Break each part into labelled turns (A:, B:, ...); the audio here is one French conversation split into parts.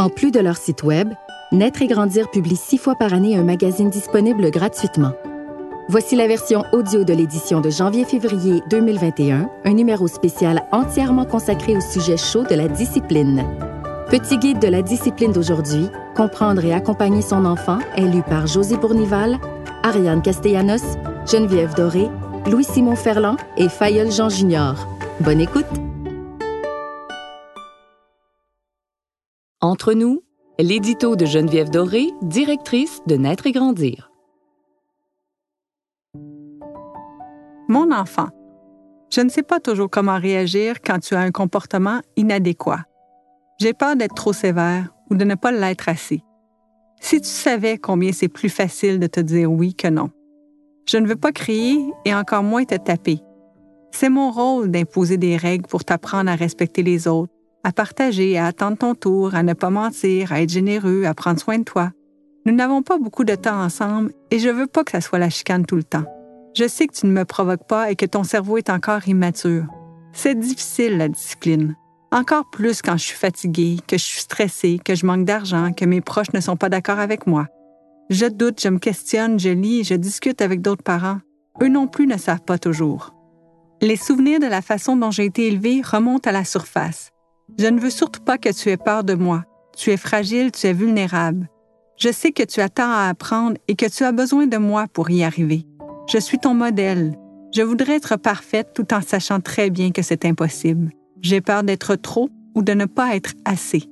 A: En plus de leur site Web, Naître et Grandir publie 6 fois par année un magazine disponible gratuitement. Voici la version audio de l'édition de janvier-février 2021, un numéro spécial entièrement consacré au sujet chaud de la discipline. Petit guide de la discipline d'aujourd'hui, comprendre et accompagner son enfant, est lu par José Bournival, Ariane Castellanos, Geneviève Doré, Louis-Simon Ferland et Fayeul Jean Junior. Bonne écoute!
B: Entre nous, l'édito de Geneviève Doré, directrice de Naître et Grandir.
C: Mon enfant, je ne sais pas toujours comment réagir quand tu as un comportement inadéquat. J'ai peur d'être trop sévère ou de ne pas l'être assez. Si tu savais combien c'est plus facile de te dire oui que non. Je ne veux pas crier et encore moins te taper. C'est mon rôle d'imposer des règles pour t'apprendre à respecter les autres, à partager, à attendre ton tour, à ne pas mentir, à être généreux, à prendre soin de toi. Nous n'avons pas beaucoup de temps ensemble et je veux pas que ça soit la chicane tout le temps. Je sais que tu ne me provoques pas et que ton cerveau est encore immature. C'est difficile, la discipline. Encore plus quand je suis fatiguée, que je suis stressée, que je manque d'argent, que mes proches ne sont pas d'accord avec moi. Je doute, je me questionne, je lis, je discute avec d'autres parents. Eux non plus ne savent pas toujours. Les souvenirs de la façon dont j'ai été élevée remontent à la surface. Je ne veux surtout pas que tu aies peur de moi. Tu es fragile, tu es vulnérable. Je sais que tu as tant à apprendre et que tu as besoin de moi pour y arriver. Je suis ton modèle. Je voudrais être parfaite tout en sachant très bien que c'est impossible. J'ai peur d'être trop ou de ne pas être assez.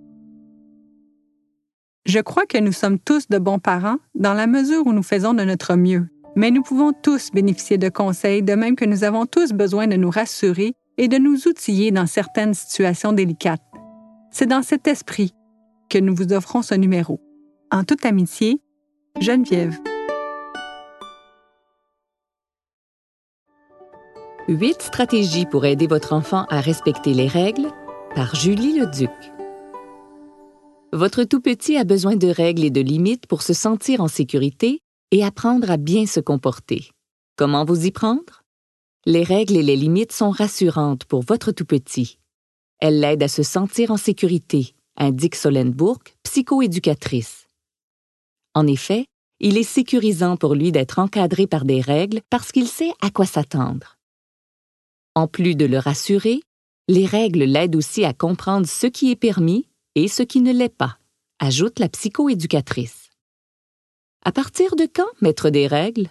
C: Je crois que nous sommes tous de bons parents dans la mesure où nous faisons de notre mieux. Mais nous pouvons tous bénéficier de conseils, de même que nous avons tous besoin de nous rassurer et de nous outiller dans certaines situations délicates. C'est dans cet esprit que nous vous offrons ce numéro. En toute amitié, Geneviève.
B: 8 stratégies pour aider votre enfant à respecter les règles par Julie Leduc. Votre tout-petit a besoin de règles et de limites pour se sentir en sécurité et apprendre à bien se comporter. Comment vous y prendre? Les règles et les limites sont rassurantes pour votre tout-petit. Elles l'aident à se sentir en sécurité, indique Solène Bourque, psychoéducatrice. En effet, il est sécurisant pour lui d'être encadré par des règles parce qu'il sait à quoi s'attendre. En plus de le rassurer, les règles l'aident aussi à comprendre ce qui est permis et ce qui ne l'est pas, ajoute la psychoéducatrice. À partir de quand mettre des règles?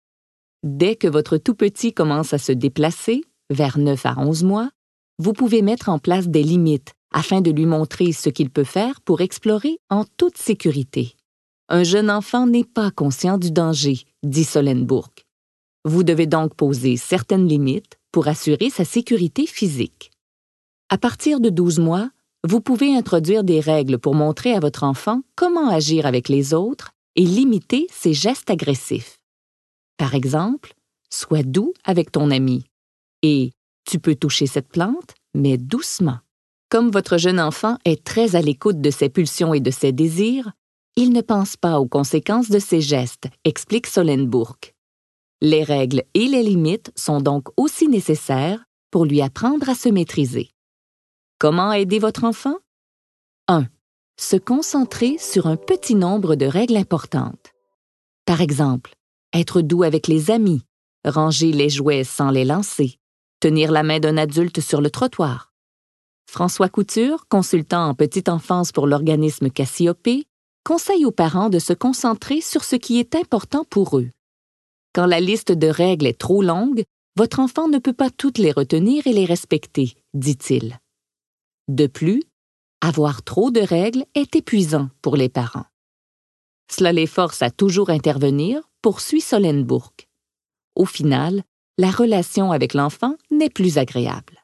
B: Dès que votre tout-petit commence à se déplacer, vers 9 à 11 mois, vous pouvez mettre en place des limites afin de lui montrer ce qu'il peut faire pour explorer en toute sécurité. Un jeune enfant n'est pas conscient du danger, dit Solène Bourque. Vous devez donc poser certaines limites pour assurer sa sécurité physique. À partir de 12 mois, vous pouvez introduire des règles pour montrer à votre enfant comment agir avec les autres et limiter ses gestes agressifs. Par exemple, sois doux avec ton ami et tu peux toucher cette plante, mais doucement. Comme votre jeune enfant est très à l'écoute de ses pulsions et de ses désirs, il ne pense pas aux conséquences de ses gestes, explique Solène Bourque. Les règles et les limites sont donc aussi nécessaires pour lui apprendre à se maîtriser. Comment aider votre enfant? 1. Se concentrer sur un petit nombre de règles importantes. Par exemple, être doux avec les amis, ranger les jouets sans les lancer, tenir la main d'un adulte sur le trottoir. François Couture, consultant en petite enfance pour l'organisme Cassiopée, conseille aux parents de se concentrer sur ce qui est important pour eux. Quand la liste de règles est trop longue, votre enfant ne peut pas toutes les retenir et les respecter, dit-il. De plus, avoir trop de règles est épuisant pour les parents. Cela les force à toujours intervenir, poursuit Solène Bourque. Au final, la relation avec l'enfant n'est plus agréable.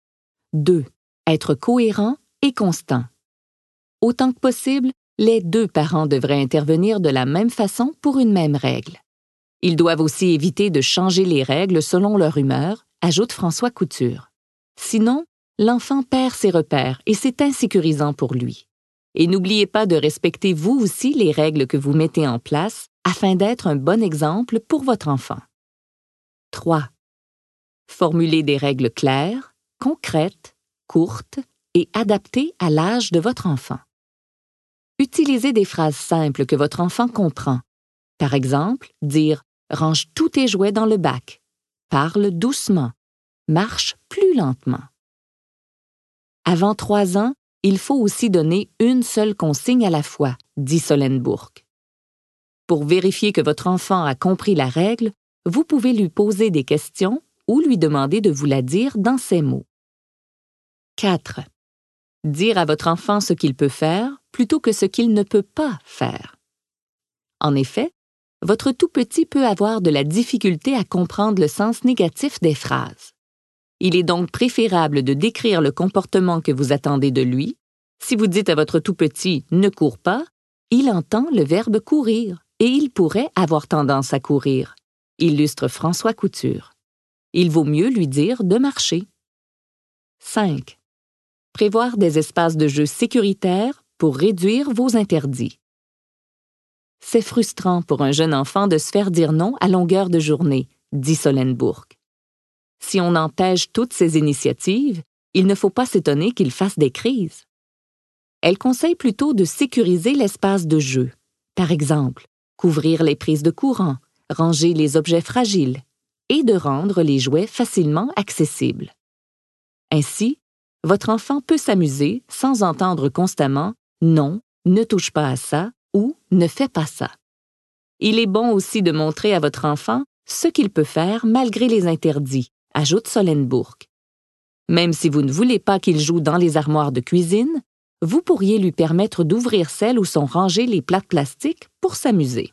B: 2. Être cohérent et constant. Autant que possible, les 2 parents devraient intervenir de la même façon pour une même règle. Ils doivent aussi éviter de changer les règles selon leur humeur, ajoute François Couture. Sinon, l'enfant perd ses repères et c'est insécurisant pour lui. Et n'oubliez pas de respecter vous aussi les règles que vous mettez en place afin d'être un bon exemple pour votre enfant. 3. Formulez des règles claires, concrètes, courtes et adaptées à l'âge de votre enfant. Utilisez des phrases simples que votre enfant comprend. Par exemple, dire « Range tous tes jouets dans le bac ». Parle doucement. Marche plus lentement. Avant 3 ans, il faut aussi donner une seule consigne à la fois, dit Solène Bourque. Pour vérifier que votre enfant a compris la règle, vous pouvez lui poser des questions ou lui demander de vous la dire dans ces mots. 4. Dire à votre enfant ce qu'il peut faire plutôt que ce qu'il ne peut pas faire. En effet, votre tout-petit peut avoir de la difficulté à comprendre le sens négatif des phrases. Il est donc préférable de décrire le comportement que vous attendez de lui. Si vous dites à votre tout-petit « ne cours pas », il entend le verbe courir et il pourrait avoir tendance à courir, illustre François Couture. Il vaut mieux lui dire de marcher. 5. Prévoir des espaces de jeu sécuritaires pour réduire vos interdits. C'est frustrant pour un jeune enfant de se faire dire non à longueur de journée, dit Solène Bourque. Si on empêche toutes ces initiatives, il ne faut pas s'étonner qu'il fasse des crises. Elle conseille plutôt de sécuriser l'espace de jeu. Par exemple, couvrir les prises de courant, ranger les objets fragiles et de rendre les jouets facilement accessibles. Ainsi, votre enfant peut s'amuser sans entendre constamment « non, ne touche pas à ça » ou « ne fais pas ça ». Il est bon aussi de montrer à votre enfant ce qu'il peut faire malgré les interdits, ajoute Solène Bourque. Même si vous ne voulez pas qu'il joue dans les armoires de cuisine, vous pourriez lui permettre d'ouvrir celles où sont rangées les plats de plastique pour s'amuser.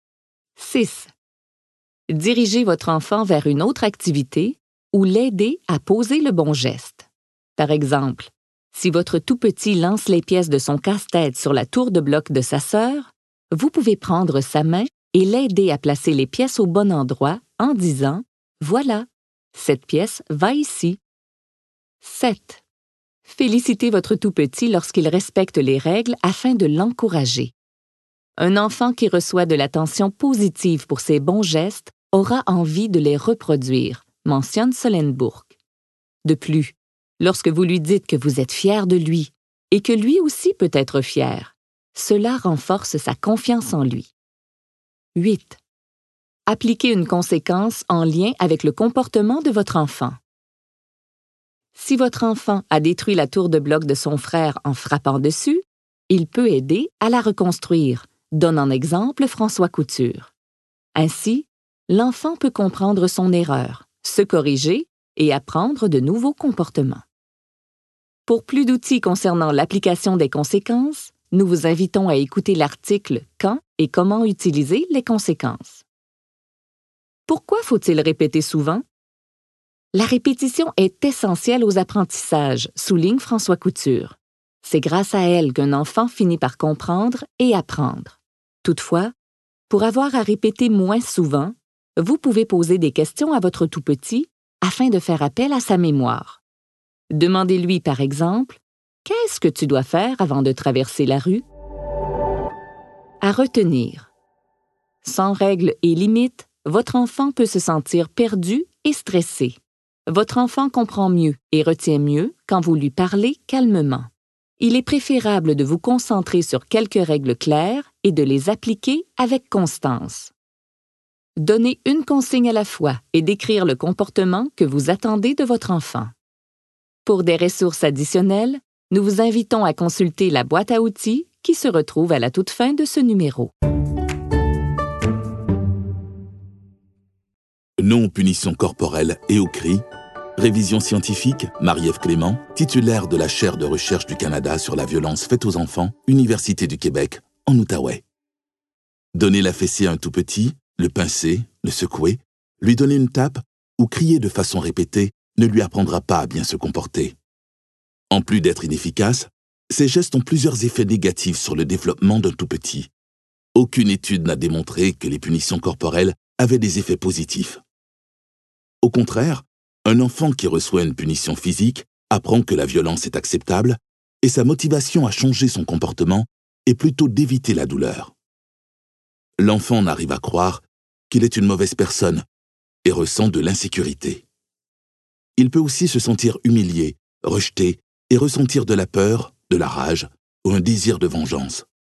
B: 6. Dirigez votre enfant vers une autre activité ou l'aider à poser le bon geste. Par exemple, si votre tout-petit lance les pièces de son casse-tête sur la tour de bloc de sa sœur, vous pouvez prendre sa main et l'aider à placer les pièces au bon endroit en disant « Voilà, cette pièce va ici. » 7. Félicitez votre tout-petit lorsqu'il respecte les règles afin de l'encourager. Un enfant qui reçoit de l'attention positive pour ses bons gestes aura envie de les reproduire, mentionne Solène Bourque. De plus, lorsque vous lui dites que vous êtes fier de lui et que lui aussi peut être fier, cela renforce sa confiance en lui. 8. Appliquez une conséquence en lien avec le comportement de votre enfant. Si votre enfant a détruit la tour de bloc de son frère en frappant dessus, il peut aider à la reconstruire, donne en exemple François Couture. Ainsi, l'enfant peut comprendre son erreur, se corriger et apprendre de nouveaux comportements. Pour plus d'outils concernant l'application des conséquences, nous vous invitons à écouter l'article « Quand et comment utiliser les conséquences ». Pourquoi faut-il répéter souvent? La répétition est essentielle aux apprentissages, souligne François Couture. C'est grâce à elle qu'un enfant finit par comprendre et apprendre. Toutefois, pour avoir à répéter moins souvent, vous pouvez poser des questions à votre tout-petit afin de faire appel à sa mémoire. Demandez-lui, par exemple, « Qu'est-ce que tu dois faire avant de traverser la rue? » À retenir. Sans règles et limites, votre enfant peut se sentir perdu et stressé. Votre enfant comprend mieux et retient mieux quand vous lui parlez calmement. Il est préférable de vous concentrer sur quelques règles claires et de les appliquer avec constance. Donnez une consigne à la fois et décrire le comportement que vous attendez de votre enfant. Pour des ressources additionnelles, nous vous invitons à consulter la boîte à outils qui se retrouve à la toute fin de ce numéro.
D: Non-punition corporelle et au cri. Révision scientifique, Marie-Ève Clément, titulaire de la chaire de recherche du Canada sur la violence faite aux enfants, Université du Québec, en Outaouais. Donner la fessée à un tout-petit, le pincer, le secouer, lui donner une tape ou crier de façon répétée ne lui apprendra pas à bien se comporter. En plus d'être inefficaces, ces gestes ont plusieurs effets négatifs sur le développement d'un tout-petit. Aucune étude n'a démontré que les punitions corporelles avaient des effets positifs. Au contraire, un enfant qui reçoit une punition physique apprend que la violence est acceptable et sa motivation à changer son comportement est plutôt d'éviter la douleur. L'enfant n'arrive à croire qu'il est une mauvaise personne et ressent de l'insécurité. Il peut aussi se sentir humilié, rejeté et ressentir de la peur, de la rage ou un désir de vengeance.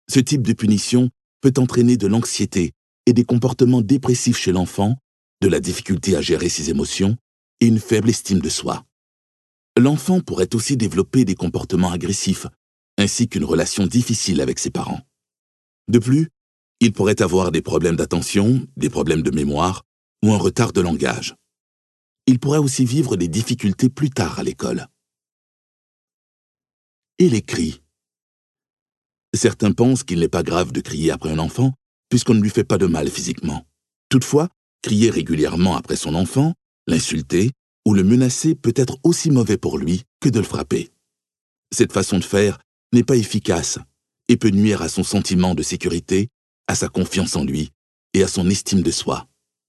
D: Ce type de punition peut entraîner de l'anxiété et des comportements dépressifs chez l'enfant, de la difficulté à gérer ses émotions et une faible estime de soi. L'enfant pourrait aussi développer des comportements agressifs, ainsi qu'une relation difficile avec ses parents. De plus, il pourrait avoir des problèmes d'attention, des problèmes de mémoire ou un retard de langage. Il pourrait aussi vivre des difficultés plus tard à l'école. Et les cris. Certains pensent qu'il n'est pas grave de crier après un enfant, puisqu'on ne lui fait pas de mal physiquement. Toutefois, crier régulièrement après son enfant, l'insulter ou le menacer peut être aussi mauvais pour lui que de le frapper. Cette façon de faire n'est pas efficace et peut nuire à son sentiment de sécurité, à sa confiance en lui et à son estime de soi.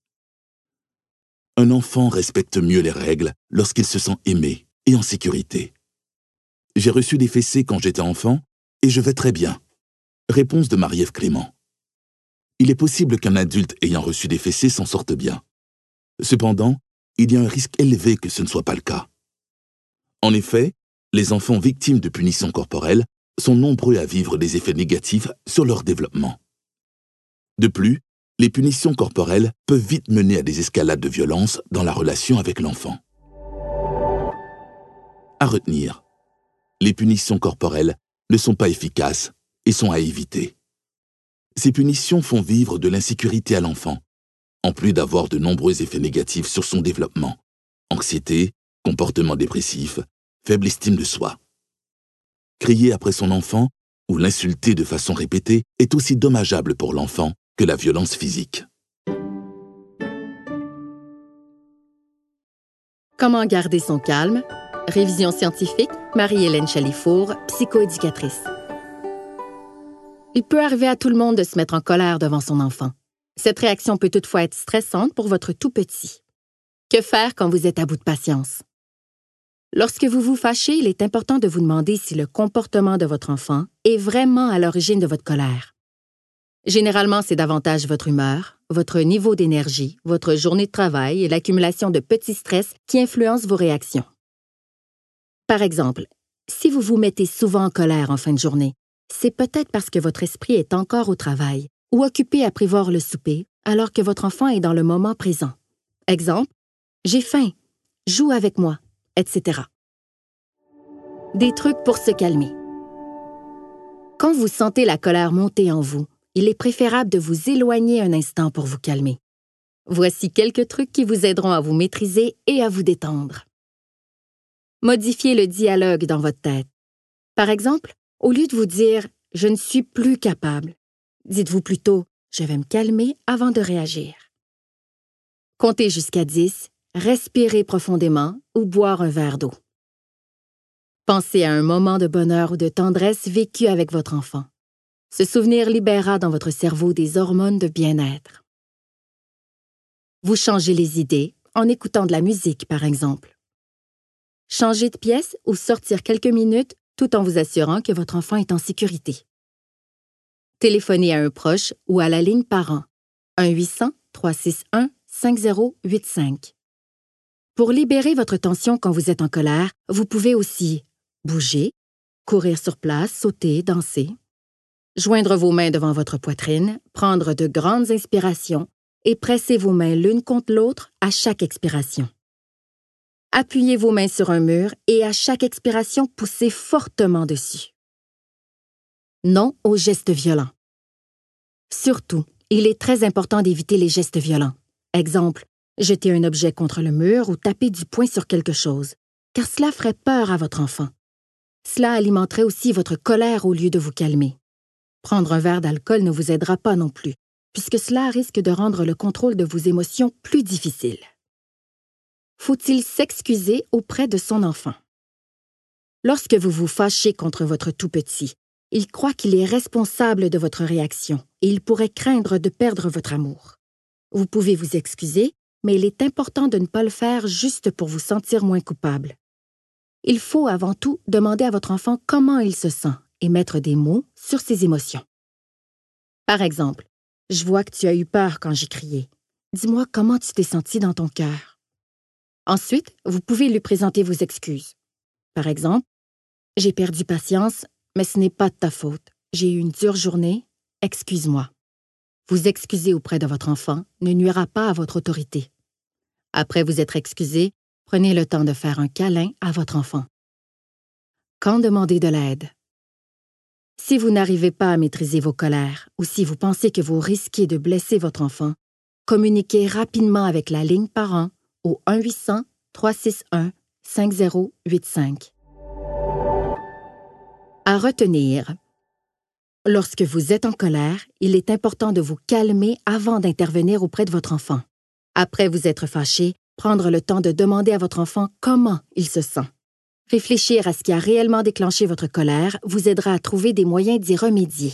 D: Un enfant respecte mieux les règles lorsqu'il se sent aimé et en sécurité. J'ai reçu des fessées quand j'étais enfant et je vais très bien. Réponse de Marie-Ève Clément. Il est possible qu'un adulte ayant reçu des fessées s'en sorte bien. Cependant, il y a un risque élevé que ce ne soit pas le cas. En effet, les enfants victimes de punitions corporelles sont nombreux à vivre des effets négatifs sur leur développement. De plus, les punitions corporelles peuvent vite mener à des escalades de violence dans la relation avec l'enfant. À retenir, les punitions corporelles ne sont pas efficaces et sont à éviter. Ces punitions font vivre de l'insécurité à l'enfant, en plus d'avoir de nombreux effets négatifs sur son développement, anxiété, comportement dépressif, faible estime de soi. Crier après son enfant ou l'insulter de façon répétée est aussi dommageable pour l'enfant que la violence physique.
A: Comment garder son calme? Révision scientifique, Marie-Hélène Chalifour, psychoéducatrice. Il peut arriver à tout le monde de se mettre en colère devant son enfant. Cette réaction peut toutefois être stressante pour votre tout-petit. Que faire quand vous êtes à bout de patience? Lorsque vous vous fâchez, il est important de vous demander si le comportement de votre enfant est vraiment à l'origine de votre colère. Généralement, c'est davantage votre humeur, votre niveau d'énergie, votre journée de travail et l'accumulation de petits stress qui influencent vos réactions. Par exemple, si vous vous mettez souvent en colère en fin de journée, c'est peut-être parce que votre esprit est encore au travail ou occupé à prévoir le souper alors que votre enfant est dans le moment présent. Exemple, « J'ai faim, joue avec moi », etc. Des trucs pour se calmer. Quand vous sentez la colère monter en vous, il est préférable de vous éloigner un instant pour vous calmer. Voici quelques trucs qui vous aideront à vous maîtriser et à vous détendre. Modifiez le dialogue dans votre tête. Par exemple, au lieu de vous dire « Je ne suis plus capable », dites-vous plutôt « Je vais me calmer avant de réagir ». Comptez jusqu'à 10, respirez profondément ou boire un verre d'eau. Pensez à un moment de bonheur ou de tendresse vécu avec votre enfant. Ce souvenir libérera dans votre cerveau des hormones de bien-être. Vous changez les idées en écoutant de la musique, par exemple. Changez de pièce ou sortir quelques minutes tout en vous assurant que votre enfant est en sécurité. Téléphonez à un proche ou à la ligne parent, 1-800-361-5085. Pour libérer votre tension quand vous êtes en colère, vous pouvez aussi bouger, courir sur place, sauter, danser. Joindre vos mains devant votre poitrine, prendre de grandes inspirations et presser vos mains l'une contre l'autre à chaque expiration. Appuyez vos mains sur un mur et à chaque expiration, poussez fortement dessus. Non aux gestes violents. Surtout, il est très important d'éviter les gestes violents. Exemple, jeter un objet contre le mur ou taper du poing sur quelque chose, car cela ferait peur à votre enfant. Cela alimenterait aussi votre colère au lieu de vous calmer. Prendre un verre d'alcool ne vous aidera pas non plus, puisque cela risque de rendre le contrôle de vos émotions plus difficile. Faut-il s'excuser auprès de son enfant? Lorsque vous vous fâchez contre votre tout-petit, il croit qu'il est responsable de votre réaction et il pourrait craindre de perdre votre amour. Vous pouvez vous excuser, mais il est important de ne pas le faire juste pour vous sentir moins coupable. Il faut avant tout demander à votre enfant comment il se sent et mettre des mots sur ses émotions. Par exemple, « Je vois que tu as eu peur quand j'ai crié. Dis-moi comment tu t'es senti dans ton cœur. » Ensuite, vous pouvez lui présenter vos excuses. Par exemple, « J'ai perdu patience, mais ce n'est pas de ta faute. j'ai eu une dure journée, excuse-moi. Vous excuser auprès de votre enfant ne nuira pas à votre autorité. Après vous être excusé, prenez le temps de faire un câlin à votre enfant. Quand demander de l'aide? Si vous n'arrivez pas à maîtriser vos colères ou si vous pensez que vous risquez de blesser votre enfant, communiquez rapidement avec la ligne parent au 1-800-361-5085. À retenir. Lorsque vous êtes en colère, il est important de vous calmer avant d'intervenir auprès de votre enfant. Après vous être fâché, prendre le temps de demander à votre enfant comment il se sent. Réfléchir à ce qui a réellement déclenché votre colère vous aidera à trouver des moyens d'y remédier.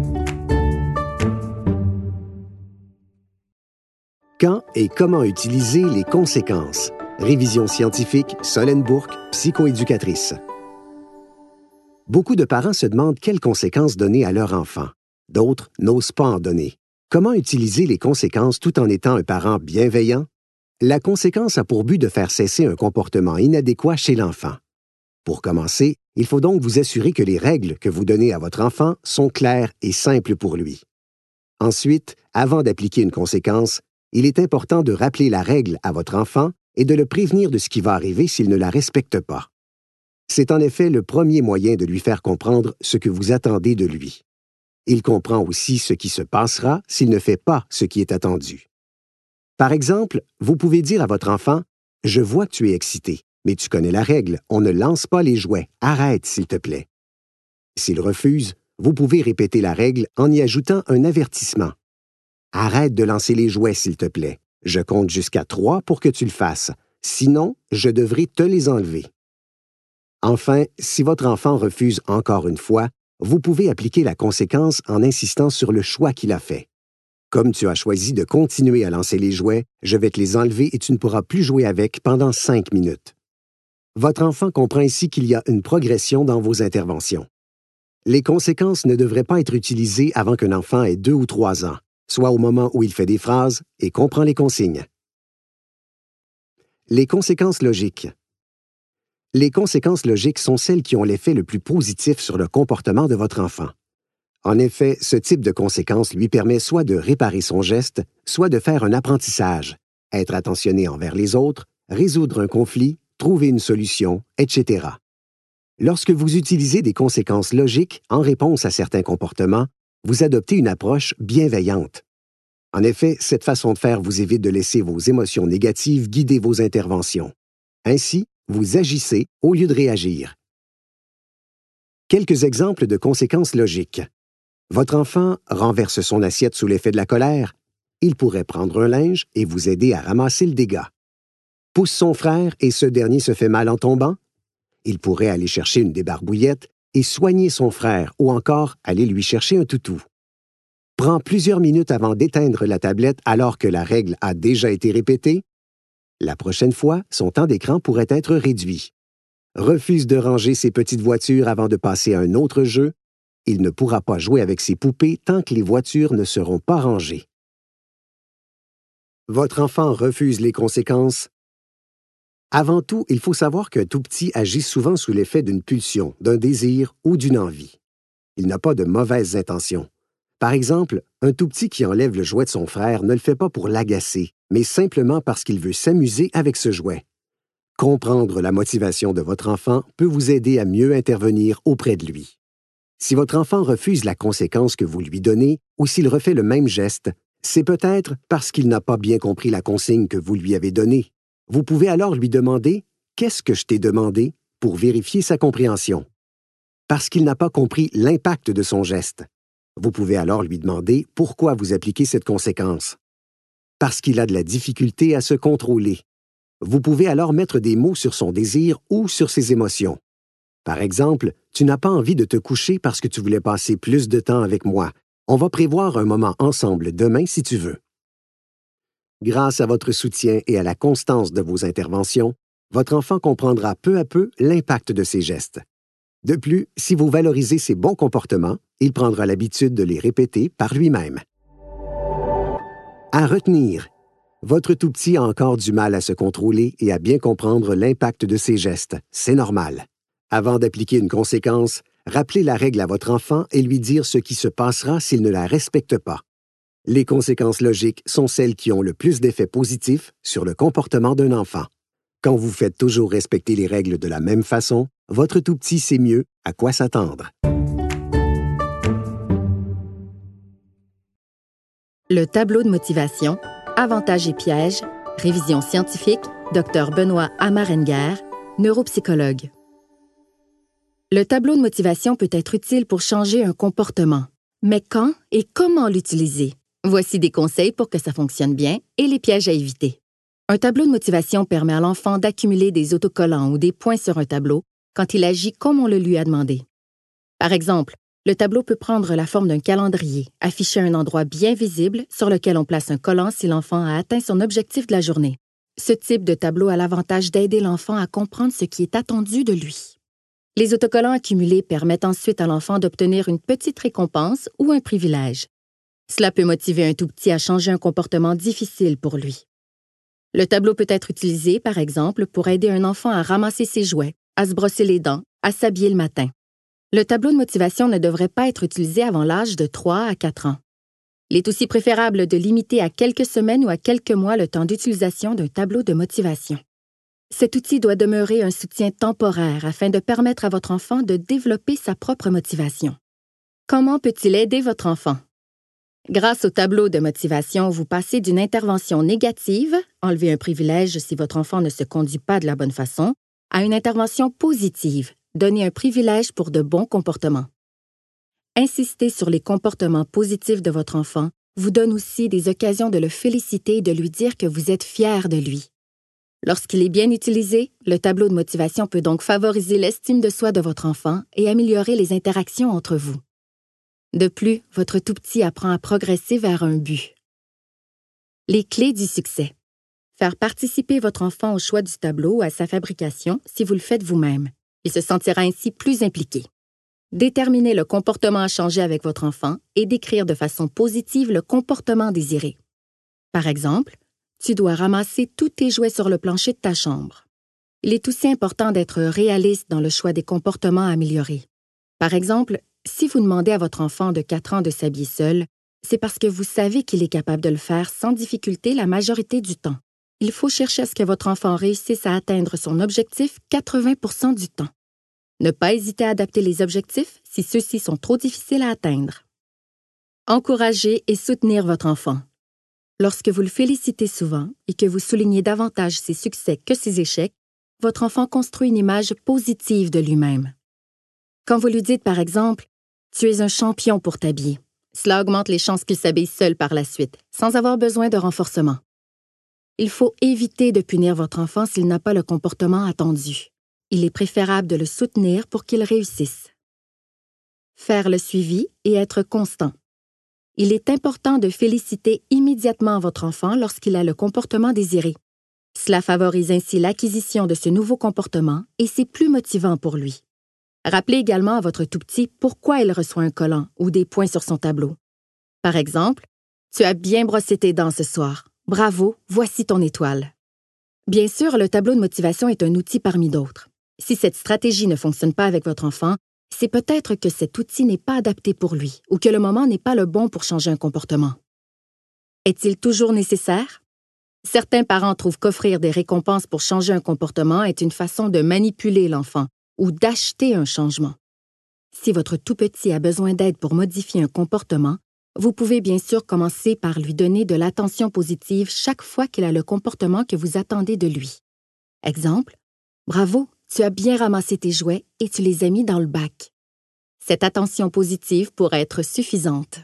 E: Quand et comment utiliser les conséquences? Révision scientifique, Solène Bourque, psychoéducatrice. Beaucoup de parents se demandent quelles conséquences donner à leur enfant. D'autres n'osent pas en donner. Comment utiliser les conséquences tout en étant un parent bienveillant? La conséquence a pour but de faire cesser un comportement inadéquat chez l'enfant. Pour commencer, il faut donc vous assurer que les règles que vous donnez à votre enfant sont claires et simples pour lui. Ensuite, avant d'appliquer une conséquence, il est important de rappeler la règle à votre enfant et de le prévenir de ce qui va arriver s'il ne la respecte pas. C'est en effet le premier moyen de lui faire comprendre ce que vous attendez de lui. Il comprend aussi ce qui se passera s'il ne fait pas ce qui est attendu. Par exemple, vous pouvez dire à votre enfant « Je vois que tu es excité, mais tu connais la règle, on ne lance pas les jouets, arrête s'il te plaît. » S'il refuse, vous pouvez répéter la règle en y ajoutant un avertissement. « Arrête de lancer les jouets s'il te plaît, je compte jusqu'à 3 pour que tu le fasses, sinon je devrais te les enlever. » Enfin, si votre enfant refuse encore une fois, vous pouvez appliquer la conséquence en insistant sur le choix qu'il a fait. Comme tu as choisi de continuer à lancer les jouets, je vais te les enlever et tu ne pourras plus jouer avec pendant 5 minutes. Votre enfant comprend ici qu'il y a une progression dans vos interventions. Les conséquences ne devraient pas être utilisées avant qu'un enfant ait 2 ou 3 ans, soit au moment où il fait des phrases et comprend les consignes. Les conséquences logiques. Les conséquences logiques sont celles qui ont l'effet le plus positif sur le comportement de votre enfant. En effet, ce type de conséquence lui permet soit de réparer son geste, soit de faire un apprentissage, être attentionné envers les autres, résoudre un conflit, trouver une solution, etc. Lorsque vous utilisez des conséquences logiques en réponse à certains comportements, vous adoptez une approche bienveillante. En effet, cette façon de faire vous évite de laisser vos émotions négatives guider vos interventions. Ainsi, vous agissez au lieu de réagir. Quelques exemples de conséquences logiques. Votre enfant renverse son assiette sous l'effet de la colère. Il pourrait prendre un linge et vous aider à ramasser le dégât. Pousse son frère et ce dernier se fait mal en tombant. Il pourrait aller chercher une débarbouillette et soigner son frère ou encore aller lui chercher un toutou. Prend plusieurs minutes avant d'éteindre la tablette alors que la règle a déjà été répétée. La prochaine fois, son temps d'écran pourrait être réduit. Refuse de ranger ses petites voitures avant de passer à un autre jeu. Il ne pourra pas jouer avec ses poupées tant que les voitures ne seront pas rangées. Votre enfant refuse les conséquences. Avant tout, il faut savoir qu'un tout-petit agit souvent sous l'effet d'une pulsion, d'un désir ou d'une envie. Il n'a pas de mauvaises intentions. Par exemple, un tout-petit qui enlève le jouet de son frère ne le fait pas pour l'agacer, mais simplement parce qu'il veut s'amuser avec ce jouet. Comprendre la motivation de votre enfant peut vous aider à mieux intervenir auprès de lui. Si votre enfant refuse la conséquence que vous lui donnez ou s'il refait le même geste, c'est peut-être parce qu'il n'a pas bien compris la consigne que vous lui avez donnée. Vous pouvez alors lui demander « Qu'est-ce que je t'ai demandé ?» pour vérifier sa compréhension. Parce qu'il n'a pas compris l'impact de son geste. Vous pouvez alors lui demander pourquoi vous appliquez cette conséquence. Parce qu'il a de la difficulté à se contrôler. Vous pouvez alors mettre des mots sur son désir ou sur ses émotions. Par exemple, tu n'as pas envie de te coucher parce que tu voulais passer plus de temps avec moi. On va prévoir un moment ensemble demain si tu veux. Grâce à votre soutien et à la constance de vos interventions, votre enfant comprendra peu à peu l'impact de ses gestes. De plus, si vous valorisez ses bons comportements, il prendra l'habitude de les répéter par lui-même. À retenir. Votre tout-petit a encore du mal à se contrôler et à bien comprendre l'impact de ses gestes. C'est normal. Avant d'appliquer une conséquence, Rappelez la règle à votre enfant et lui dire ce qui se passera s'il ne la respecte pas. Les conséquences logiques sont celles qui ont le plus d'effets positifs sur le comportement d'un enfant. Quand vous faites toujours respecter les règles de la même façon, votre tout-petit sait mieux à quoi s'attendre.
A: Le tableau de motivation, avantages et pièges, révision scientifique, Dr Benoît Amarenguer, neuropsychologue. Le tableau de motivation peut être utile pour changer un comportement. Mais quand et comment l'utiliser? Voici des conseils pour que ça fonctionne bien et les pièges à éviter. Un tableau de motivation permet à l'enfant d'accumuler des autocollants ou des points sur un tableau quand il agit comme on le lui a demandé. Par exemple, le tableau peut prendre la forme d'un calendrier, afficher un endroit bien visible sur lequel on place un collant si l'enfant a atteint son objectif de la journée. Ce type de tableau a l'avantage d'aider l'enfant à comprendre ce qui est attendu de lui. Les autocollants accumulés permettent ensuite à l'enfant d'obtenir une petite récompense ou un privilège. Cela peut motiver un tout-petit à changer un comportement difficile pour lui. Le tableau peut être utilisé, par exemple, pour aider un enfant à ramasser ses jouets, à se brosser les dents, à s'habiller le matin. Le tableau de motivation ne devrait pas être utilisé avant l'âge de 3 à 4 ans. Il est aussi préférable de limiter à quelques semaines ou à quelques mois le temps d'utilisation d'un tableau de motivation. Cet outil doit demeurer un soutien temporaire afin de permettre à votre enfant de développer sa propre motivation. Comment peut-il aider votre enfant? Grâce au tableau de motivation, vous passez d'une intervention négative, enlever un privilège si votre enfant ne se conduit pas de la bonne façon, à une intervention positive, donner un privilège pour de bons comportements. Insister sur les comportements positifs de votre enfant vous donne aussi des occasions de le féliciter et de lui dire que vous êtes fier de lui. Lorsqu'il est bien utilisé, le tableau de motivation peut donc favoriser l'estime de soi de votre enfant et améliorer les interactions entre vous. De plus, votre tout-petit apprend à progresser vers un but. Les clés du succès. Faire participer votre enfant au choix du tableau ou à sa fabrication si vous le faites vous-même. Il se sentira ainsi plus impliqué. Déterminer le comportement à changer avec votre enfant et décrire de façon positive le comportement désiré. Par exemple, tu dois ramasser tous tes jouets sur le plancher de ta chambre. Il est aussi important d'être réaliste dans le choix des comportements à améliorer. Par exemple, si vous demandez à votre enfant de 4 ans de s'habiller seul, c'est parce que vous savez qu'il est capable de le faire sans difficulté la majorité du temps. Il faut chercher à ce que votre enfant réussisse à atteindre son objectif 80% du temps. Ne pas hésiter à adapter les objectifs si ceux-ci sont trop difficiles à atteindre. Encouragez et soutenir votre enfant. Lorsque vous le félicitez souvent et que vous soulignez davantage ses succès que ses échecs, votre enfant construit une image positive de lui-même. Quand vous lui dites, par exemple, « Tu es un champion pour t'habiller », cela augmente les chances qu'il s'habille seul par la suite, sans avoir besoin de renforcement. Il faut éviter de punir votre enfant s'il n'a pas le comportement attendu. Il est préférable de le soutenir pour qu'il réussisse. Faire le suivi et être constant. Il est important de féliciter immédiatement votre enfant lorsqu'il a le comportement désiré. Cela favorise ainsi l'acquisition de ce nouveau comportement et c'est plus motivant pour lui. Rappelez également à votre tout-petit pourquoi il reçoit un collant ou des points sur son tableau. Par exemple, « Tu as bien brossé tes dents ce soir. Bravo, voici ton étoile. » Bien sûr, le tableau de motivation est un outil parmi d'autres. Si cette stratégie ne fonctionne pas avec votre enfant, c'est peut-être que cet outil n'est pas adapté pour lui ou que le moment n'est pas le bon pour changer un comportement. Est-il toujours nécessaire? Certains parents trouvent qu'offrir des récompenses pour changer un comportement est une façon de manipuler l'enfant ou d'acheter un changement. Si votre tout-petit a besoin d'aide pour modifier un comportement, vous pouvez bien sûr commencer par lui donner de l'attention positive chaque fois qu'il a le comportement que vous attendez de lui. Exemple, « Bravo, tu as bien ramassé tes jouets et tu les as mis dans le bac. » Cette attention positive pourrait être suffisante.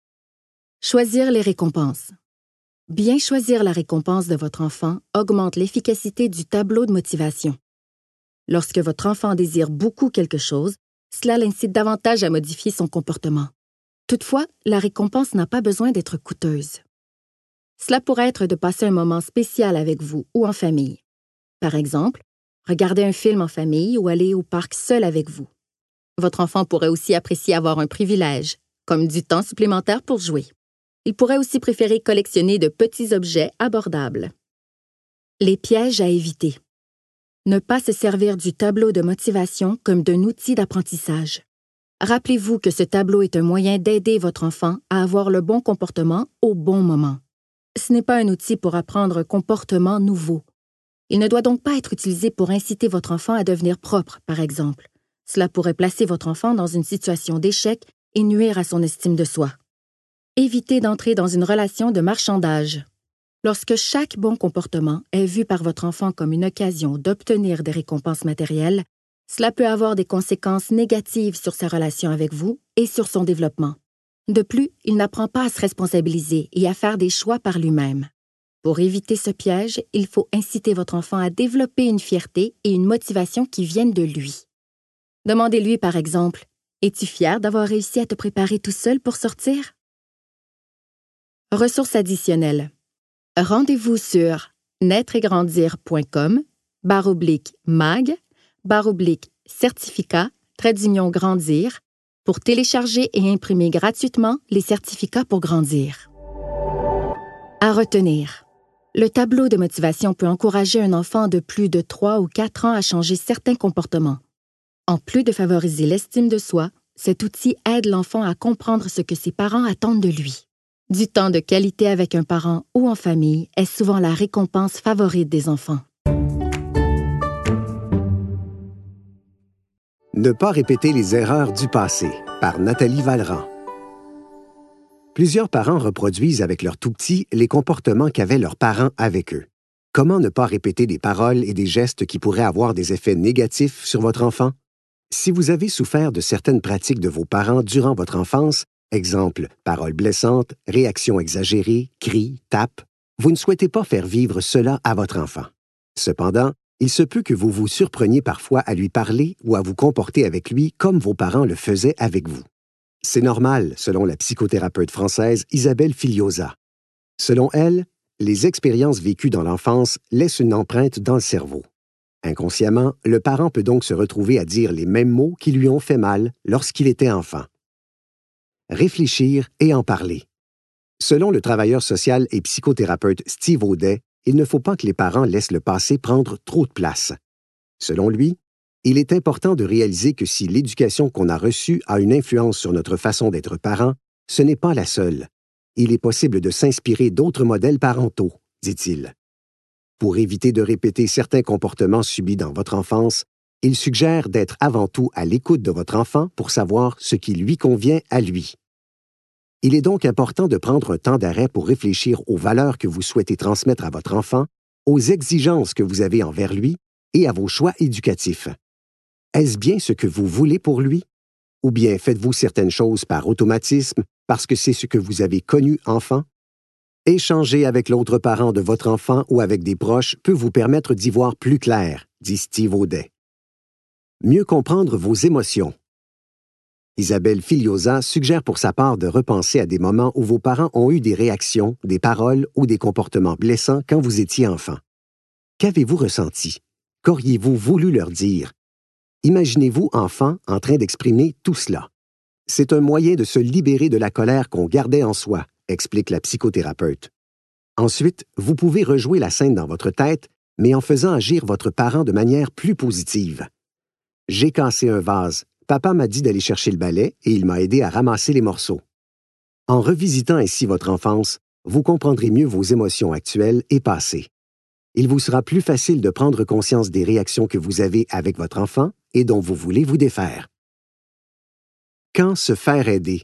A: Choisir les récompenses. Bien choisir la récompense de votre enfant augmente l'efficacité du tableau de motivation. Lorsque votre enfant désire beaucoup quelque chose, cela l'incite davantage à modifier son comportement. Toutefois, la récompense n'a pas besoin d'être coûteuse. Cela pourrait être de passer un moment spécial avec vous ou en famille. Par exemple, regarder un film en famille ou aller au parc seul avec vous. Votre enfant pourrait aussi apprécier avoir un privilège, comme du temps supplémentaire pour jouer. Il pourrait aussi préférer collectionner de petits objets abordables. Les pièges à éviter. Ne pas se servir du tableau de motivation comme d'un outil d'apprentissage. Rappelez-vous que ce tableau est un moyen d'aider votre enfant à avoir le bon comportement au bon moment. Ce n'est pas un outil pour apprendre un comportement nouveau. Il ne doit donc pas être utilisé pour inciter votre enfant à devenir propre, par exemple. Cela pourrait placer votre enfant dans une situation d'échec et nuire à son estime de soi. Évitez d'entrer dans une relation de marchandage. Lorsque chaque bon comportement est vu par votre enfant comme une occasion d'obtenir des récompenses matérielles, cela peut avoir des conséquences négatives sur sa relation avec vous et sur son développement. De plus, il n'apprend pas à se responsabiliser et à faire des choix par lui-même. Pour éviter ce piège, il faut inciter votre enfant à développer une fierté et une motivation qui viennent de lui. Demandez-lui par exemple, « Es-tu fier d'avoir réussi à te préparer tout seul pour sortir? » Ressources additionnelles. Rendez-vous sur naîtregrandir.com/mag/certificat-grandir pour télécharger et imprimer gratuitement les certificats pour grandir. À retenir. Le tableau de motivation peut encourager un enfant de plus de 3 ou 4 ans à changer certains comportements. En plus de favoriser l'estime de soi, cet outil aide l'enfant à comprendre ce que ses parents attendent de lui. Du temps de qualité avec un parent ou en famille est souvent la récompense favorite des enfants.
E: Ne pas répéter les erreurs du passé, par Nathalie Vallerand. Plusieurs parents reproduisent avec leurs tout-petits les comportements qu'avaient leurs parents avec eux. Comment ne pas répéter des paroles et des gestes qui pourraient avoir des effets négatifs sur votre enfant? Si vous avez souffert de certaines pratiques de vos parents durant votre enfance, exemple, paroles blessantes, réactions exagérées, cris, tapes, vous ne souhaitez pas faire vivre cela à votre enfant. Cependant, il se peut que vous vous surpreniez parfois à lui parler ou à vous comporter avec lui comme vos parents le faisaient avec vous. C'est normal, selon la psychothérapeute française Isabelle Filiosa. Selon elle, les expériences vécues dans l'enfance laissent une empreinte dans le cerveau. Inconsciemment, le parent peut donc se retrouver à dire les mêmes mots qui lui ont fait mal lorsqu'il était enfant. Réfléchir et en parler. Selon le travailleur social et psychothérapeute Steve Audet, il ne faut pas que les parents laissent le passé prendre trop de place. Selon lui, il est important de réaliser que si l'éducation qu'on a reçue a une influence sur notre façon d'être parent, ce n'est pas la seule. Il est possible de s'inspirer d'autres modèles parentaux, dit-il. Pour éviter de répéter certains comportements subis dans votre enfance, il suggère d'être avant tout à l'écoute de votre enfant pour savoir ce qui lui convient à lui. Il est donc important de prendre un temps d'arrêt pour réfléchir aux valeurs que vous souhaitez transmettre à votre enfant, aux exigences que vous avez envers lui et à vos choix éducatifs. Est-ce bien ce que vous voulez pour lui? Ou bien faites-vous certaines choses par automatisme parce que c'est ce que vous avez connu enfant? Échanger avec l'autre parent de votre enfant ou avec des proches peut vous permettre d'y voir plus clair, dit Steve Audet. Mieux comprendre vos émotions. Isabelle Filiosa suggère pour sa part de repenser à des moments où vos parents ont eu des réactions, des paroles ou des comportements blessants quand vous étiez enfant. Qu'avez-vous ressenti? Qu'auriez-vous voulu leur dire? Imaginez-vous enfant en train d'exprimer tout cela. C'est un moyen de se libérer de la colère qu'on gardait en soi, explique la psychothérapeute. Ensuite, vous pouvez rejouer la scène dans votre tête, mais en faisant agir votre parent de manière plus positive. J'ai cassé un vase. Papa m'a dit d'aller chercher le balai et il m'a aidé à ramasser les morceaux. En revisitant ainsi votre enfance, vous comprendrez mieux vos émotions actuelles et passées. Il vous sera plus facile de prendre conscience des réactions que vous avez avec votre enfant et dont vous voulez vous défaire. Quand se faire aider?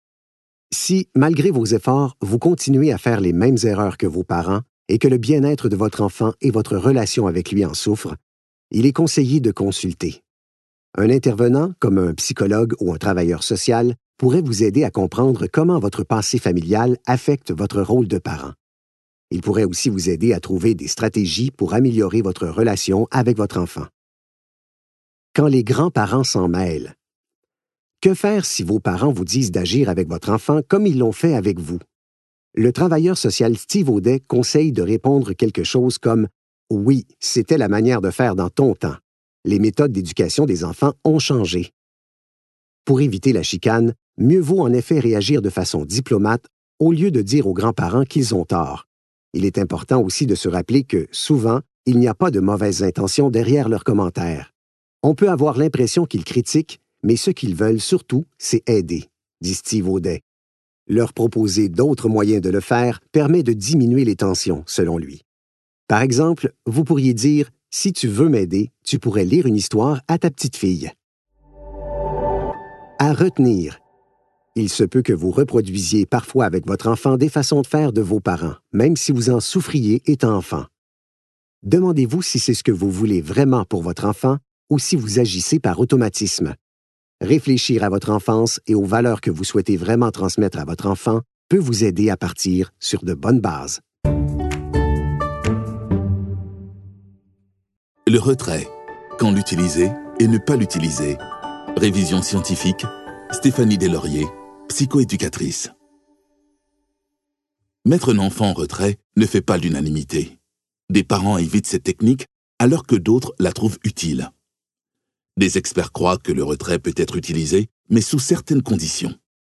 E: Si, malgré vos efforts, vous continuez à faire les mêmes erreurs que vos parents et que le bien-être de votre enfant et votre relation avec lui en souffrent, il est conseillé de consulter. Un intervenant, comme un psychologue ou un travailleur social, pourrait vous aider à comprendre comment votre passé familial affecte votre rôle de parent. Il pourrait aussi vous aider à trouver des stratégies pour améliorer votre relation avec votre enfant. Quand les grands-parents s'en mêlent. Que faire si vos parents vous disent d'agir avec votre enfant comme ils l'ont fait avec vous? Le travailleur social Steve Audet conseille de répondre quelque chose comme « Oui, c'était la manière de faire dans ton temps. Les méthodes d'éducation des enfants ont changé. » Pour éviter la chicane, mieux vaut en effet réagir de façon diplomate au lieu de dire aux grands-parents qu'ils ont tort. Il est important aussi de se rappeler que, souvent, il n'y a pas de mauvaises intentions derrière leurs commentaires. On peut avoir l'impression qu'ils critiquent, mais ce qu'ils veulent surtout, c'est aider, dit Steve Audet. Leur proposer d'autres moyens de le faire permet de diminuer les tensions, selon lui. Par exemple, vous pourriez dire « Si tu veux m'aider, tu pourrais lire une histoire à ta petite fille. » À retenir. Il se peut que vous reproduisiez parfois avec votre enfant des façons de faire de vos parents, même si vous en souffriez étant enfant. Demandez-vous si c'est ce que vous voulez vraiment pour votre enfant ou si vous agissez par automatisme. Réfléchir à votre enfance et aux valeurs que vous souhaitez vraiment transmettre à votre enfant peut vous aider à partir sur de bonnes bases.
D: Le retrait. Quand l'utiliser et ne pas l'utiliser. Révision scientifique. Stéphanie Deslauriers, psychoéducatrice. Mettre un enfant en retrait ne fait pas l'unanimité. Des parents évitent cette technique alors que d'autres la trouvent utile. Des experts croient que le retrait peut être utilisé, mais sous certaines conditions.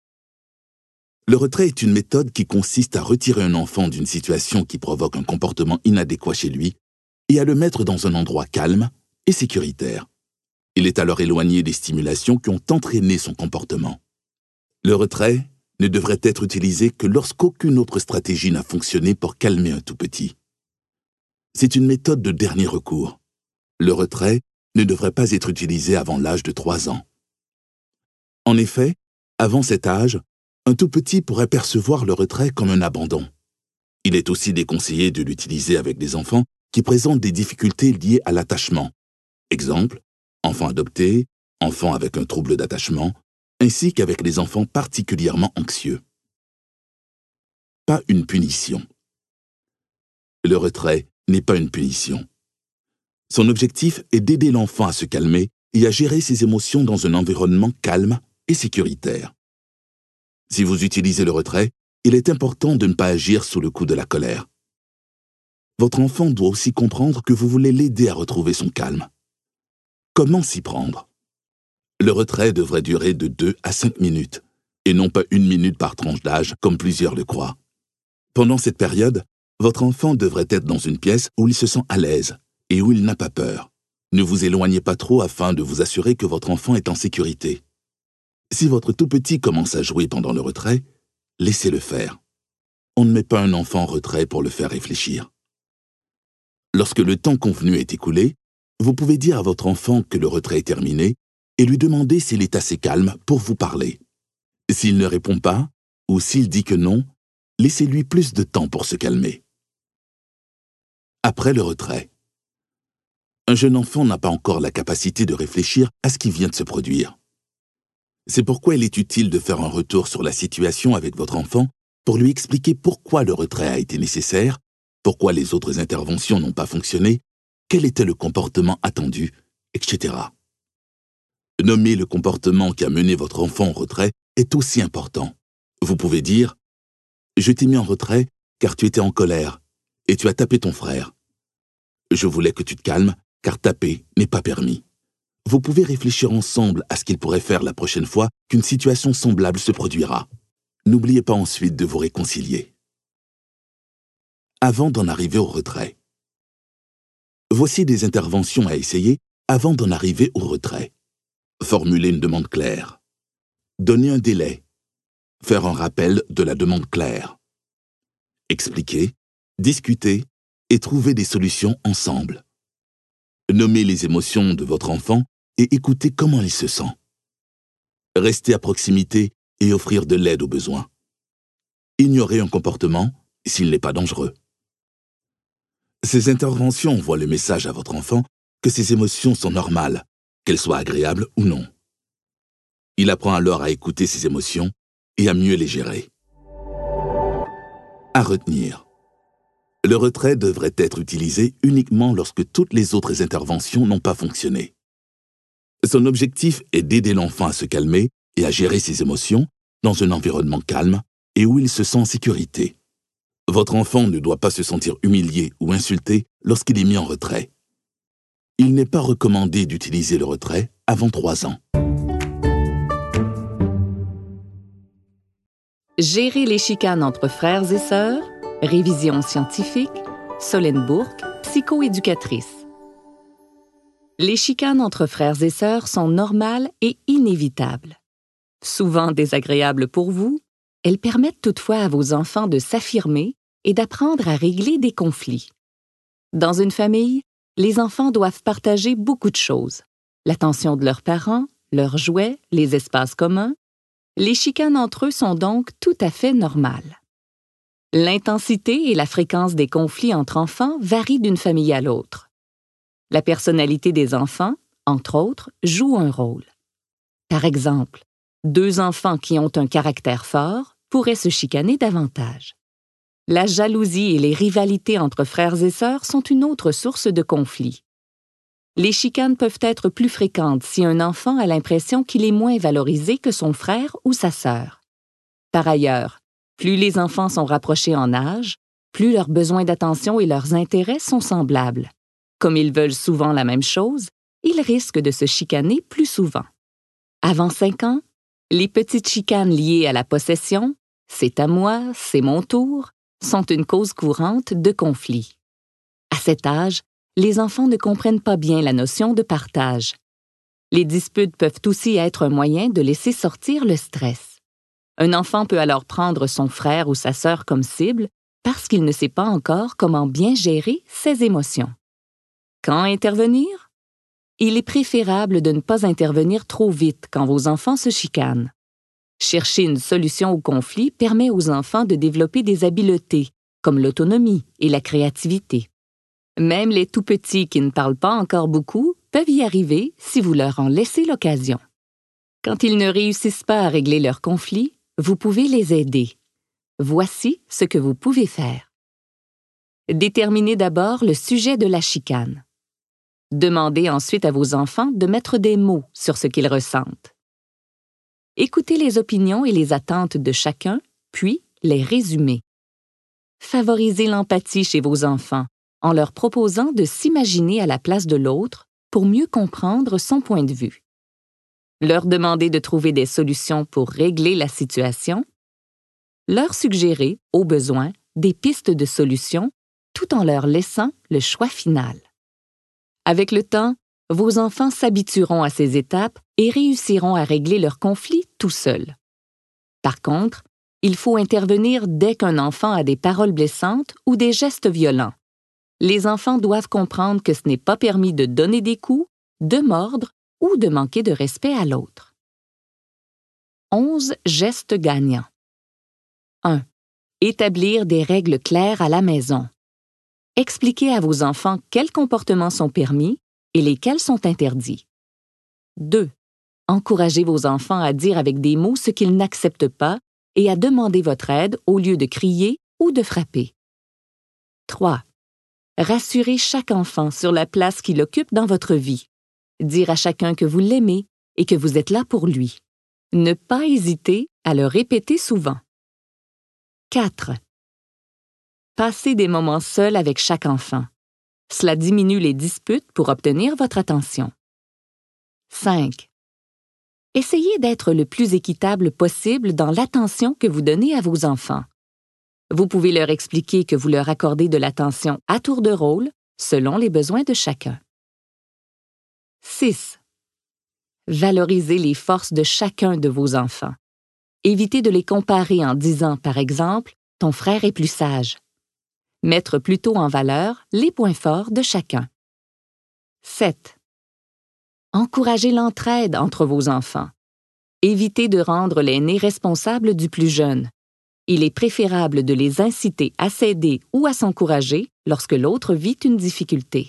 D: Le retrait est une méthode qui consiste à retirer un enfant d'une situation qui provoque un comportement inadéquat chez lui et à le mettre dans un endroit calme et sécuritaire. Il est alors éloigné des stimulations qui ont entraîné son comportement. Le retrait ne devrait être utilisé que lorsqu'aucune autre stratégie n'a fonctionné pour calmer un tout-petit. C'est une méthode de dernier recours. Le retrait ne devrait pas être utilisé avant l'âge de 3 ans. En effet, avant cet âge, un tout-petit pourrait percevoir le retrait comme un abandon. Il est aussi déconseillé de l'utiliser avec des enfants qui présentent des difficultés liées à l'attachement. Exemple, enfants adoptés, enfants avec un trouble d'attachement, ainsi qu'avec les enfants particulièrement anxieux. Pas une punition. Le retrait n'est pas une punition. Son objectif est d'aider l'enfant à se calmer et à gérer ses émotions dans un environnement calme et sécuritaire. Si vous utilisez le retrait, il est important de ne pas agir sous le coup de la colère. Votre enfant doit aussi comprendre que vous voulez l'aider à retrouver son calme. Comment s'y prendre? Le retrait devrait durer de 2 à 5 minutes, et non pas 1 minute par tranche d'âge, comme plusieurs le croient. Pendant cette période, votre enfant devrait être dans une pièce où il se sent à l'aise et où il n'a pas peur. Ne vous éloignez pas trop afin de vous assurer que votre enfant est en sécurité. Si votre tout-petit commence à jouer pendant le retrait, laissez-le faire. On ne met pas un enfant en retrait pour le faire réfléchir. Lorsque le temps convenu est écoulé, vous pouvez dire à votre enfant que le retrait est terminé et lui demander s'il est assez calme pour vous parler. S'il ne répond pas, ou s'il dit que non, laissez-lui plus de temps pour se calmer. Après le retrait. Un jeune enfant n'a pas encore la capacité de réfléchir à ce qui vient de se produire. C'est pourquoi il est utile de faire un retour sur la situation avec votre enfant pour lui expliquer pourquoi le retrait a été nécessaire, pourquoi les autres interventions n'ont pas fonctionné, quel était le comportement attendu, etc. Nommer le comportement qui a mené votre enfant en retrait est aussi important. Vous pouvez dire « Je t'ai mis en retrait car tu étais en colère et tu as tapé ton frère. Je voulais que tu te calmes car taper n'est pas permis. » Vous pouvez réfléchir ensemble à ce qu'il pourrait faire la prochaine fois qu'une situation semblable se produira. N'oubliez pas ensuite de vous réconcilier. Avant d'en arriver au retrait. Voici des interventions à essayer avant d'en arriver au retrait. Formuler une demande claire. Donner un délai. Faire un rappel de la demande claire. Expliquer, discuter et trouver des solutions ensemble. Nommer les émotions de votre enfant et écouter comment il se sent. Rester à proximité et offrir de l'aide aux besoins. Ignorer un comportement s'il n'est pas dangereux. Ces interventions envoient le message à votre enfant que ses émotions sont normales, qu'elles soient agréables ou non. Il apprend alors à écouter ses émotions et à mieux les gérer. À retenir. Le retrait devrait être utilisé uniquement lorsque toutes les autres interventions n'ont pas fonctionné. Son objectif est d'aider l'enfant à se calmer et à gérer ses émotions dans un environnement calme et où il se sent en sécurité. Votre enfant ne doit pas se sentir humilié ou insulté lorsqu'il est mis en retrait. Il n'est pas recommandé d'utiliser le retrait avant 3 ans.
B: Gérer les chicanes entre frères et sœurs, révision scientifique, Solène Bourque, psychoéducatrice. Les chicanes entre frères et sœurs sont normales et inévitables. Souvent désagréables pour vous, elles permettent toutefois à vos enfants de s'affirmer et d'apprendre à régler des conflits. Dans une famille, les enfants doivent partager beaucoup de choses. L'attention de leurs parents, leurs jouets, les espaces communs. Les chicanes entre eux sont donc tout à fait normales. L'intensité et la fréquence des conflits entre enfants varient d'une famille à l'autre. La personnalité des enfants, entre autres, joue un rôle. Par exemple, 2 enfants qui ont un caractère fort pourraient se chicaner davantage. La jalousie et les rivalités entre frères et sœurs sont une autre source de conflits. Les chicanes peuvent être plus fréquentes si un enfant a l'impression qu'il est moins valorisé que son frère ou sa sœur. Par ailleurs, plus les enfants sont rapprochés en âge, plus leurs besoins d'attention et leurs intérêts sont semblables. Comme ils veulent souvent la même chose, ils risquent de se chicaner plus souvent. Avant 5 ans, les petites chicanes liées à la possession, « c'est à moi, c'est mon tour », sont une cause courante de conflits. À cet âge, les enfants ne comprennent pas bien la notion de partage. Les disputes peuvent aussi être un moyen de laisser sortir le stress. Un enfant peut alors prendre son frère ou sa sœur comme cible parce qu'il ne sait pas encore comment bien gérer ses émotions. Quand intervenir? Il est préférable de ne pas intervenir trop vite quand vos enfants se chicanent. Chercher une solution au conflit permet aux enfants de développer des habiletés, comme l'autonomie et la créativité. Même les tout-petits qui ne parlent pas encore beaucoup peuvent y arriver si vous leur en laissez l'occasion. Quand ils ne réussissent pas à régler leurs conflits, vous pouvez les aider. Voici ce que vous pouvez faire. Déterminez d'abord le sujet de la chicane. Demandez ensuite à vos enfants de mettre des mots sur ce qu'ils ressentent. Écoutez les opinions et les attentes de chacun, puis les résumez. Favorisez l'empathie chez vos enfants en leur proposant de s'imaginer à la place de l'autre pour mieux comprendre son point de vue. Leur demandez de trouver des solutions pour régler la situation. Leur suggérer, au besoin, des pistes de solutions tout en leur laissant le choix final. Avec le temps, vos enfants s'habitueront à ces étapes et réussiront à régler leurs conflits tout seuls. Par contre, il faut intervenir dès qu'un enfant a des paroles blessantes ou des gestes violents. Les enfants doivent comprendre que ce n'est pas permis de donner des coups, de mordre ou de manquer de respect à l'autre. 11 gestes gagnants. 1. Établir des règles claires à la maison. Expliquez à vos enfants quels comportements sont permis et lesquels sont interdits. 2. Encouragez vos enfants à dire avec des mots ce qu'ils n'acceptent pas et à demander votre aide au lieu de crier ou de frapper. 3. Rassurez chaque enfant sur la place qu'il occupe dans votre vie. Dire à chacun que vous l'aimez et que vous êtes là pour lui. Ne pas hésiter à le répéter souvent. 4. Passez des moments seuls avec chaque enfant. Cela diminue les disputes pour obtenir votre attention. 5. Essayez d'être le plus équitable possible dans l'attention que vous donnez à vos enfants. Vous pouvez leur expliquer que vous leur accordez de l'attention à tour de rôle, selon les besoins de chacun. 6. Valorisez les forces de chacun de vos enfants. Évitez de les comparer en disant, par exemple, « ton frère est plus sage ». Mettre plutôt en valeur les points forts de chacun. 7. Encouragez l'entraide entre vos enfants. Évitez de rendre l'aîné responsable du plus jeune. Il est préférable de les inciter à s'aider ou à s'encourager lorsque l'autre vit une difficulté.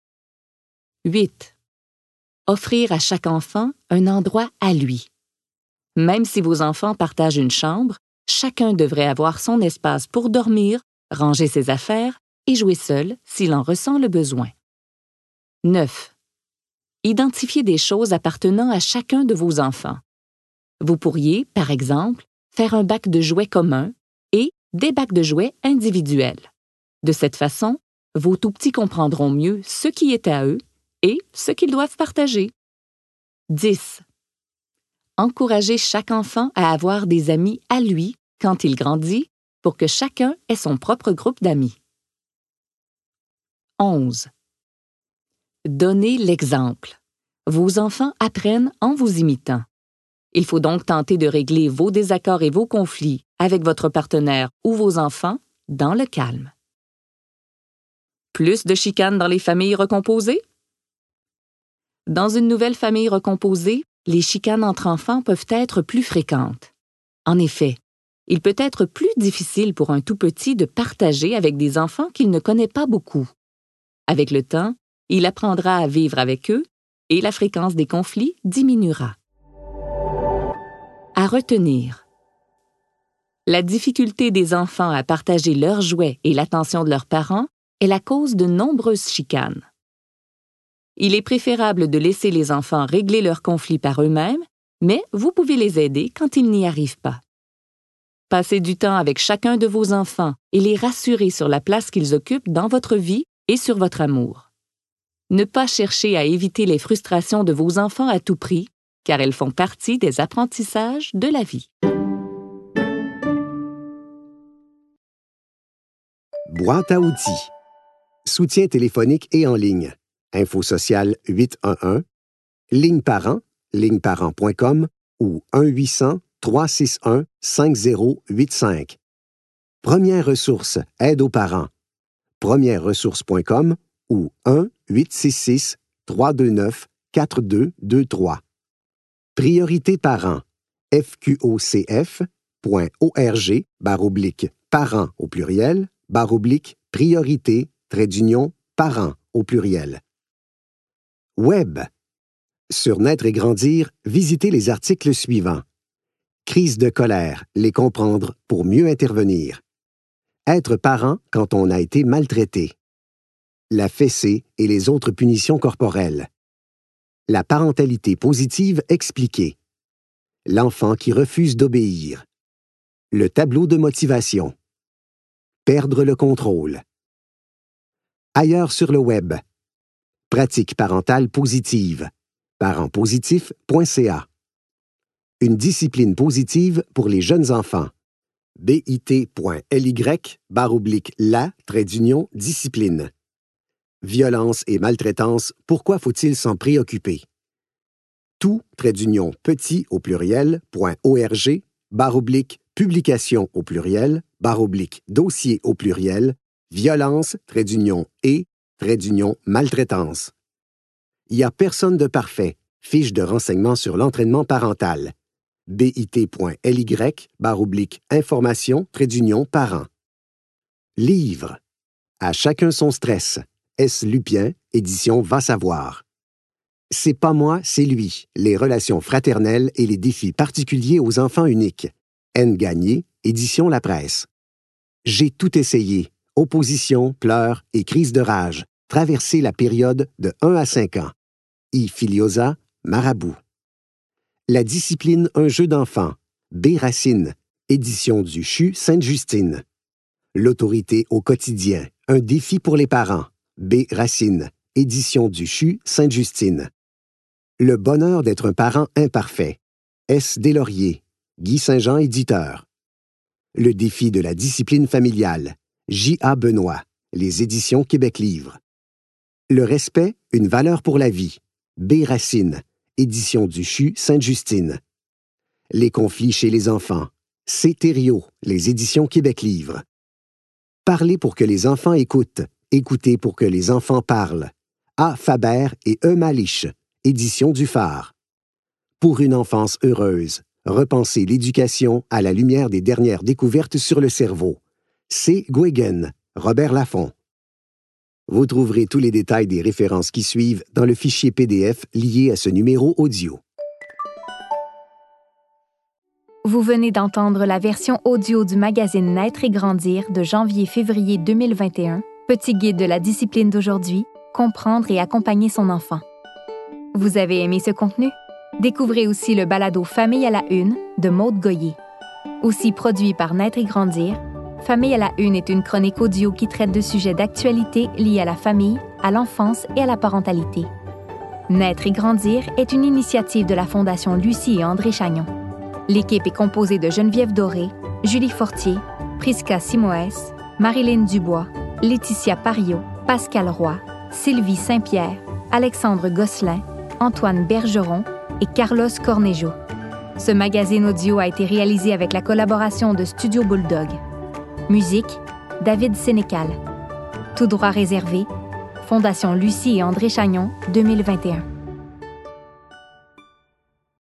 B: 8. Offrir à chaque enfant un endroit à lui. Même si vos enfants partagent une chambre, chacun devrait avoir son espace pour dormir, ranger ses affaires et jouer seul s'il en ressent le besoin. 9. Identifiez des choses appartenant à chacun de vos enfants. Vous pourriez, par exemple, faire un bac de jouets commun et des bacs de jouets individuels. De cette façon, vos tout-petits comprendront mieux ce qui est à eux et ce qu'ils doivent partager. 10. Encouragez chaque enfant à avoir des amis à lui quand il grandit pour que chacun ait son propre groupe d'amis. 11. Donnez l'exemple. Vos enfants apprennent en vous imitant. Il faut donc tenter de régler vos désaccords et vos conflits avec votre partenaire ou vos enfants dans le calme. Plus de chicanes dans les familles recomposées? Dans une nouvelle famille recomposée, les chicanes entre enfants peuvent être plus fréquentes. En effet, il peut être plus difficile pour un tout-petit de partager avec des enfants qu'il ne connaît pas beaucoup. Avec le temps, il apprendra à vivre avec eux et la fréquence des conflits diminuera. À retenir. La difficulté des enfants à partager leurs jouets et l'attention de leurs parents est la cause de nombreuses chicanes. Il est préférable de laisser les enfants régler leurs conflits par eux-mêmes, mais vous pouvez les aider quand ils n'y arrivent pas. Passez du temps avec chacun de vos enfants et les rassurer sur la place qu'ils occupent dans votre vie et sur votre amour. Ne pas chercher à éviter les frustrations de vos enfants à tout prix, car elles font partie des apprentissages de la vie.
E: Boîte à outils. Soutien téléphonique et en ligne. Info sociale 811, ligne parent, ligneparent.com ou 1-800-361-5085. Première ressource, aide aux parents. premièreressource.com ou 1-866-329-4223. Priorité parents, fqocf.org/parents au pluriel, /priorité, parents au pluriel. Web. Sur Naître et grandir, visitez les articles suivants. Crise de colère, les comprendre pour mieux intervenir. Être parent quand on a été maltraité. La fessée et les autres punitions corporelles. La parentalité positive expliquée. L'enfant qui refuse d'obéir. Le tableau de motivation. Perdre le contrôle. Ailleurs sur le web. Pratique parentale positive. parentpositif.ca. Une discipline positive pour les jeunes enfants. bit.ly/la-discipline. Violence et maltraitance, pourquoi faut-il s'en préoccuper? tout-petit au pluriel, .org, /publication au pluriel, /dossier au pluriel, violence, et, maltraitance. Il n'y a personne de parfait. Fiche de renseignements sur l'entraînement parental. bit.ly/information, parents. Livre. À chacun son stress. S. Lupien, édition Va savoir. C'est pas moi, c'est lui. Les relations fraternelles et les défis particuliers aux enfants uniques. N. Gagné, édition La Presse. J'ai tout essayé. Opposition, pleurs et crise de rage. Traverser la période de 1 à 5 ans. I. Filiosa, Marabout. La discipline Un jeu d'enfant. B. Racine, édition du CHU Sainte-Justine. L'autorité au quotidien. Un défi pour les parents. B. Racine, édition du CHU Sainte-Justine. Le bonheur d'être un parent imparfait. S. Deslauriers, Guy Saint-Jean, éditeur. Le défi de la discipline familiale. J.A. Benoît, les éditions Québec Livre. Le respect, une valeur pour la vie. B. Racine, édition du CHU Sainte-Justine. Les conflits chez les enfants. C. Thériault, les éditions Québec Livre. Parler pour que les enfants écoutent. Écouter pour que les enfants parlent. A. Faber et E. Malich, édition du Phare. Pour une enfance heureuse. Repenser l'éducation à la lumière des dernières découvertes sur le cerveau. C. Guéguen, Robert Laffont. Vous trouverez tous les détails des références qui suivent dans le fichier PDF lié à ce numéro audio.
F: Vous venez d'entendre la version audio du magazine Naître et grandir de janvier-février 2021, petit guide de la discipline d'aujourd'hui, comprendre et accompagner son enfant. Vous avez aimé ce contenu? Découvrez aussi le balado Famille à la une de Maude Goyer. Aussi produit par Naître et grandir, Famille à la une est une chronique audio qui traite de sujets d'actualité liés à la famille, à l'enfance et à la parentalité. Naître et grandir est une initiative de la Fondation Lucie et André Chagnon. L'équipe est composée de Geneviève Doré, Julie Fortier, Prisca Simoès, Marilyn Dubois, Laetitia Pariot, Pascal Roy, Sylvie Saint-Pierre, Alexandre Gosselin, Antoine Bergeron et Carlos Cornejo. Ce magazine audio a été réalisé avec la collaboration de Studio Bulldog. Musique, David Sénécal. Tout droit réservé, Fondation Lucie et André Chagnon, 2021.